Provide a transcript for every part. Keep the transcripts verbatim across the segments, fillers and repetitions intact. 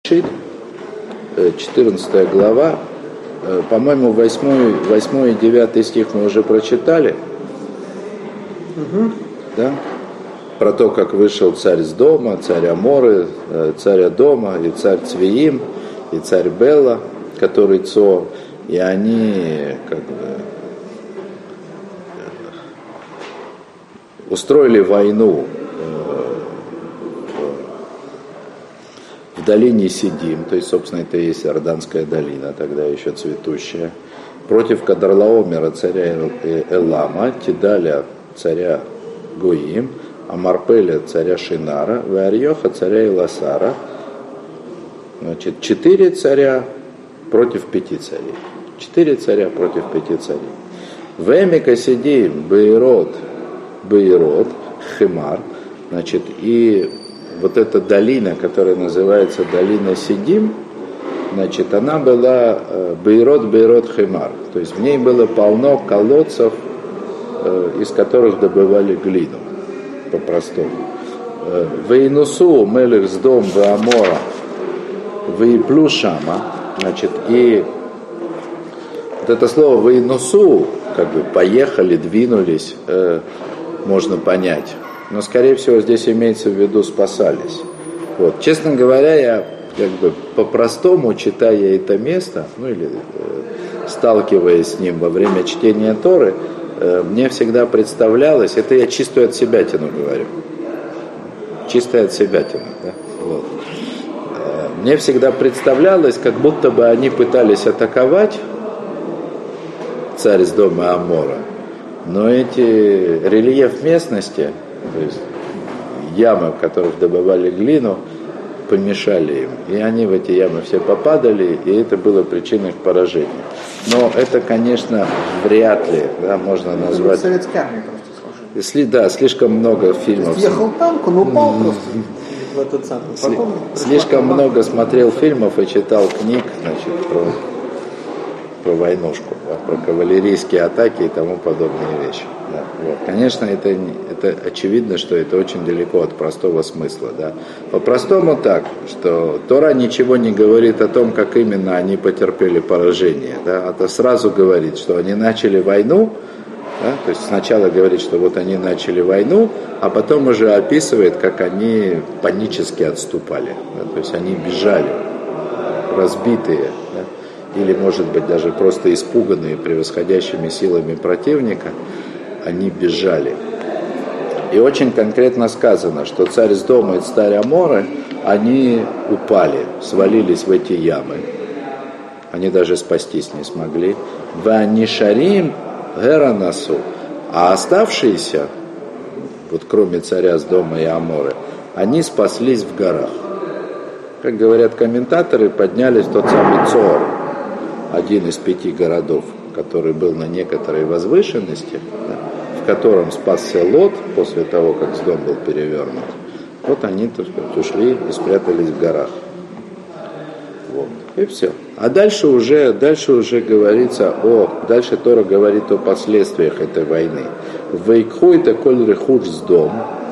четырнадцатая глава, по-моему, восьмой и девятый стих мы уже прочитали, угу. Да? Про то, как вышел царь с дома, царь Аморы, царь Адома, и царь Цвиим, и царь Бела, который Цор, и они как бы устроили войну в долине Сидим, то есть, собственно, это и есть Иорданская долина, тогда еще цветущая, против Кадарлаомера, царя Элама, Тидаля, царя Гоим, Амарпеля, царя Шинара, Веарьоха, царя Иласара. Значит, четыре царя против пяти царей. Четыре царя против пяти царей. Вемика Сидим, Бейрот, Бейрот, Химар. Значит, и вот эта долина, которая называется долина Сидим, значит, она была Бейрот, Бейрот, Химар. То есть в ней было полно колодцев, из которых добывали глину, по-простому. Вейнусу, Мелех с дом Веамора, Вейплю Шама, значит, и вот это слово Вейнусу, как бы поехали, двинулись, э, можно понять. Но, скорее всего, здесь имеется в виду спасались. Вот. Честно говоря, я как бы по-простому, читая это место, ну или э, сталкиваясь с ним во время чтения Торы, э, мне всегда представлялось, это я чисто от себятину говорю, чисто от себятину, да? Вот. Э, мне всегда представлялось, как будто бы они пытались атаковать царь с дома Амора, но эти рельеф местности, то есть ямы, в которых добывали глину, помешали им. И они в эти ямы все попадали, и это было причиной их поражения. Но это, конечно, вряд ли, да, можно назвать... Советская армия просто сложилась. Если, да, слишком много фильмов. Ехал танк, он упал просто в этот самый. Потом слишком много смотрел фильмов и читал книг, значит, про, про войнушку, да, про кавалерийские атаки и тому подобные вещи. Да, вот. Конечно, это, это очевидно, что это очень далеко от простого смысла. Да. По-простому так, что Тора ничего не говорит о том, как именно они потерпели поражение. Да. Это сразу говорит, что они начали войну, да, то есть сначала говорит, что вот они начали войну, а потом уже описывает, как они панически отступали. Да, то есть они бежали, разбитые, да, или, может быть, даже просто испуганные превосходящими силами противника. Они бежали. И очень конкретно сказано, что царь с дома и царь Аморы, они упали, свалились в эти ямы. Они даже спастись не смогли. Ванишарим геранасу. А оставшиеся, вот кроме царя с дома и Аморы, они спаслись в горах. Как говорят комментаторы, поднялись в тот самый Цор, один из пяти городов, который был на некоторой возвышенности, да, в котором спасся Лот после того, как Сдом был перевернут. Вот они, так сказать, ушли и спрятались в горах. Вот. И все. А дальше уже, дальше уже говорится о, дальше Тора говорит о последствиях этой войны. Вейкхойта коль рехуш с дом,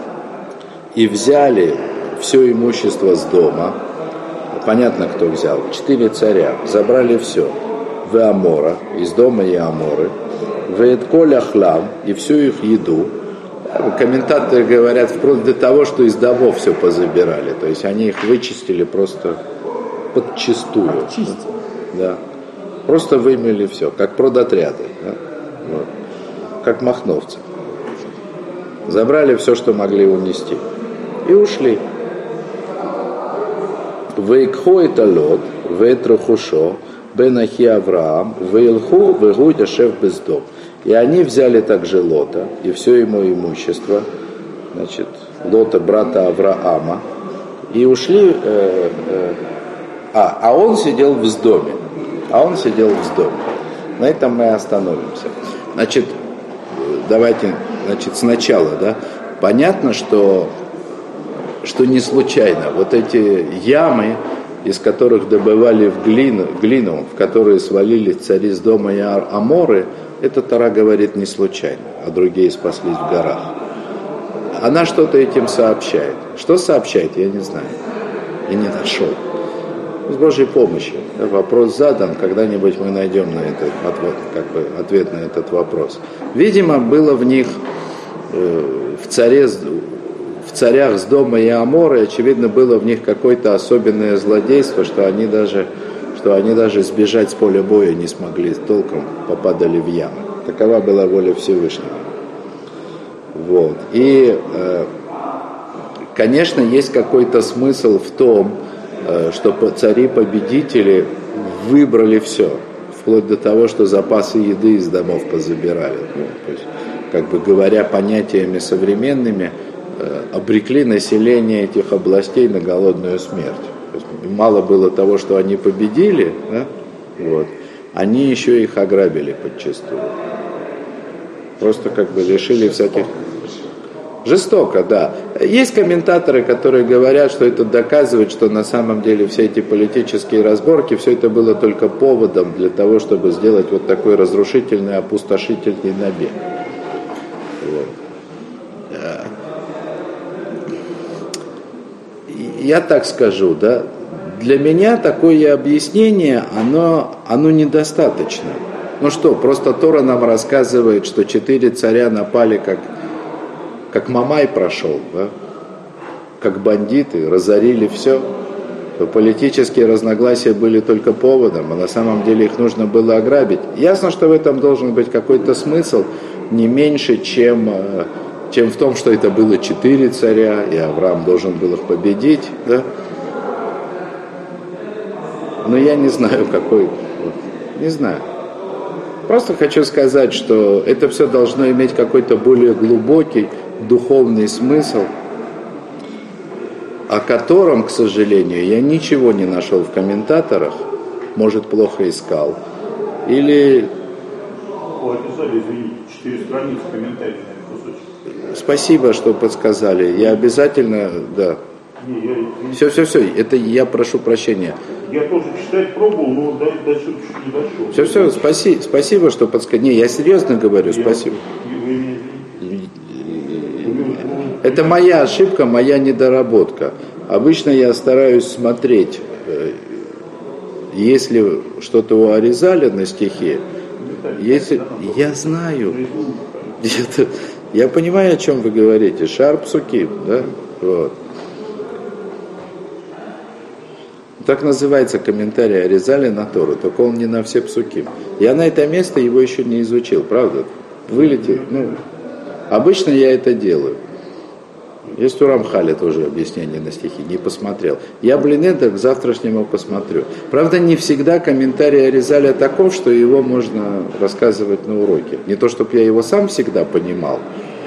и взяли все имущество с дома. Понятно, кто взял. Четыре царя. Забрали все. Веамора, из дома и Аморы, Веэтколя хлам, и всю их еду. Комментаторы говорят, вплоть до того, что из домов все позабирали. То есть они их вычистили просто подчистую. Да. Просто вымели все, как продотряды. Да? Вот. Как махновцы. Забрали все, что могли унести. И ушли. Вейкхо это лот, вейтрохушо, Бенахи Авраам, Вейлху, Вегуй, Ашев Бездом. И они взяли также Лота и все ему имущество, значит, Лота, брата Авраама, и ушли, э, э, а, а он сидел в Сдоме, а он сидел в Сдоме. На этом мы остановимся. Значит, давайте, значит, сначала, да, понятно, что, что не случайно вот эти ямы, из которых добывали в глину, глину, в которые свалились цари с дома и Аморы, это Тора говорит не случайно, а другие спаслись в горах. Она что-то этим сообщает. Что сообщает, я не знаю. И не нашел. С Божьей помощью. Да, вопрос задан, когда-нибудь мы найдем на этот ответ, как бы, ответ на этот вопрос. Видимо, было в них, э, в, царе, в царях с дома и Амора, очевидно, было в них какое-то особенное злодейство, что они даже, что они даже сбежать с поля боя не смогли толком, попадали в ямы. Такова была воля Всевышнего. Вот. И, э, конечно, есть какой-то смысл в том, что цари-победители выбрали все, вплоть до того, что запасы еды из домов позабирали. Ну, то есть, как бы говоря понятиями современными, обрекли население этих областей на голодную смерть. То есть, мало было того, что они победили, да? Вот, они еще их ограбили подчистую. Просто как бы лишили всяких... Жестоко, да. Есть комментаторы, которые говорят, что это доказывает, что на самом деле все эти политические разборки, все это было только поводом для того, чтобы сделать вот такой разрушительный, опустошительный набег. Вот. Я так скажу, да, для меня такое объяснение, оно, оно недостаточно. Ну что, просто Тора нам рассказывает, что четыре царя напали как... как Мамай прошел, да? Как бандиты, разорили все, то политические разногласия были только поводом, а на самом деле их нужно было ограбить. Ясно, что в этом должен быть какой-то смысл, не меньше, чем, чем в том, что это было четыре царя, и Авраам должен был их победить, да? Но я не знаю, какой, не знаю. Просто хочу сказать, что это все должно иметь какой-то более глубокий духовный смысл, о котором, к сожалению, я ничего не нашел в комментаторах, может, плохо искал. Или... Описали, извините, четыре страницы комментариев на кусочек. Спасибо, что подсказали. Я обязательно, да. Не, я, я... Все, все, все, это я прошу прощения. Я тоже читать пробовал, но до, до сюда чуть не дошел. Все, все, спаси, спасибо, что подсказали. Не, я серьезно говорю, я, спасибо. Я, Это моя ошибка, моя недоработка. Обычно я стараюсь смотреть, если что-то у Аризаля на стихе, если... Я знаю. Это... Я понимаю, о чем вы говорите. Шар псуким, да? Вот. Так называется комментарий Аризаля на Тору, только он не на все псуким. Я на это место его еще не изучил, правда? Вылетел. Ну, обычно я это делаю. Есть у Рамхаля тоже объяснение на стихи, не посмотрел. Я, блин, это к завтрашнему посмотрю. Правда, не всегда комментарий Аризаля таков, что его можно рассказывать на уроке. Не то, чтобы я его сам всегда понимал,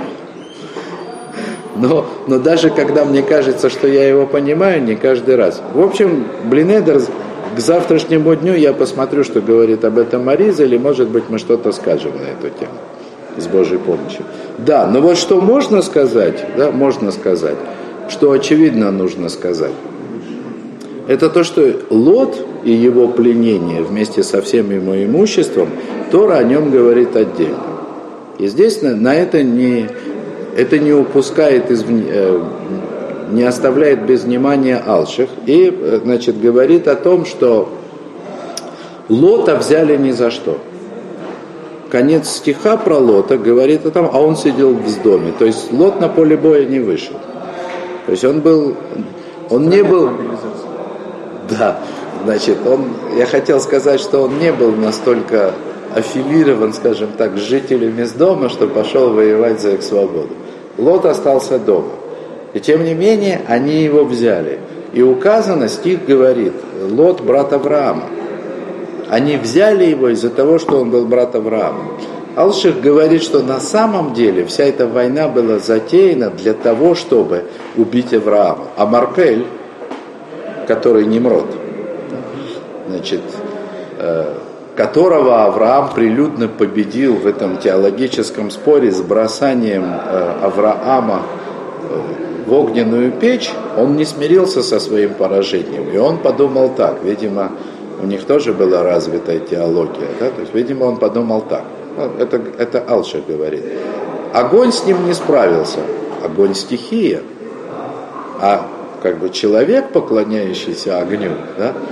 но, но даже когда мне кажется, что я его понимаю, не каждый раз. В общем, Блинедер, к завтрашнему дню я посмотрю, что говорит об этом Аризаль, или, может быть, мы что-то скажем на эту тему. С Божьей помощью. Да, но вот что можно сказать, да, можно сказать, что очевидно нужно сказать, это то, что Лот и его пленение вместе со всем его имуществом, Тора о нем говорит отдельно. И здесь на, на это не, это не упускает, из, не оставляет без внимания Алших, и, значит, говорит о том, что Лота взяли ни за что. Конец стиха про Лота говорит о том, а он сидел в доме. То есть Лот на поле боя не вышел. То есть он был, он не был, да, значит, он, я хотел сказать, что он не был настолько аффилирован, скажем так, с жителями с дома, что пошел воевать за их свободу. Лот остался дома. И тем не менее, они его взяли. И указано, стих говорит, Лот брат Авраама. Они взяли его из-за того, что он был брат Авраама. Алших говорит, что на самом деле вся эта война была затеяна для того, чтобы убить Авраама. А Марпель, который Нимрод, значит, э, которого Авраам прилюдно победил в этом теологическом споре с бросанием э, Авраама в огненную печь, он не смирился со своим поражением. И он подумал так, видимо, у них тоже была развитая теология, да? То есть, видимо, он подумал так. Это, это Алших говорит. Огонь с ним не справился. Огонь стихия. А как бы человек, поклоняющийся огню, да,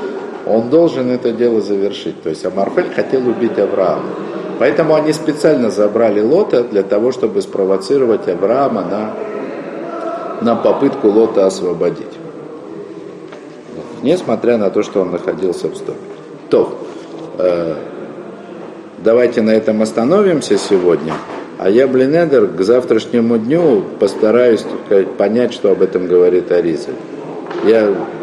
он должен это дело завершить. То есть Амарфель хотел убить Авраама. Поэтому они специально забрали Лота для того, чтобы спровоцировать Авраама на, на попытку Лота освободить. Несмотря на то, что он находился в стоме. То, э, давайте на этом остановимся сегодня. А я, Блинедер, к завтрашнему дню постараюсь, так сказать, понять, что об этом говорит Аризаль. Я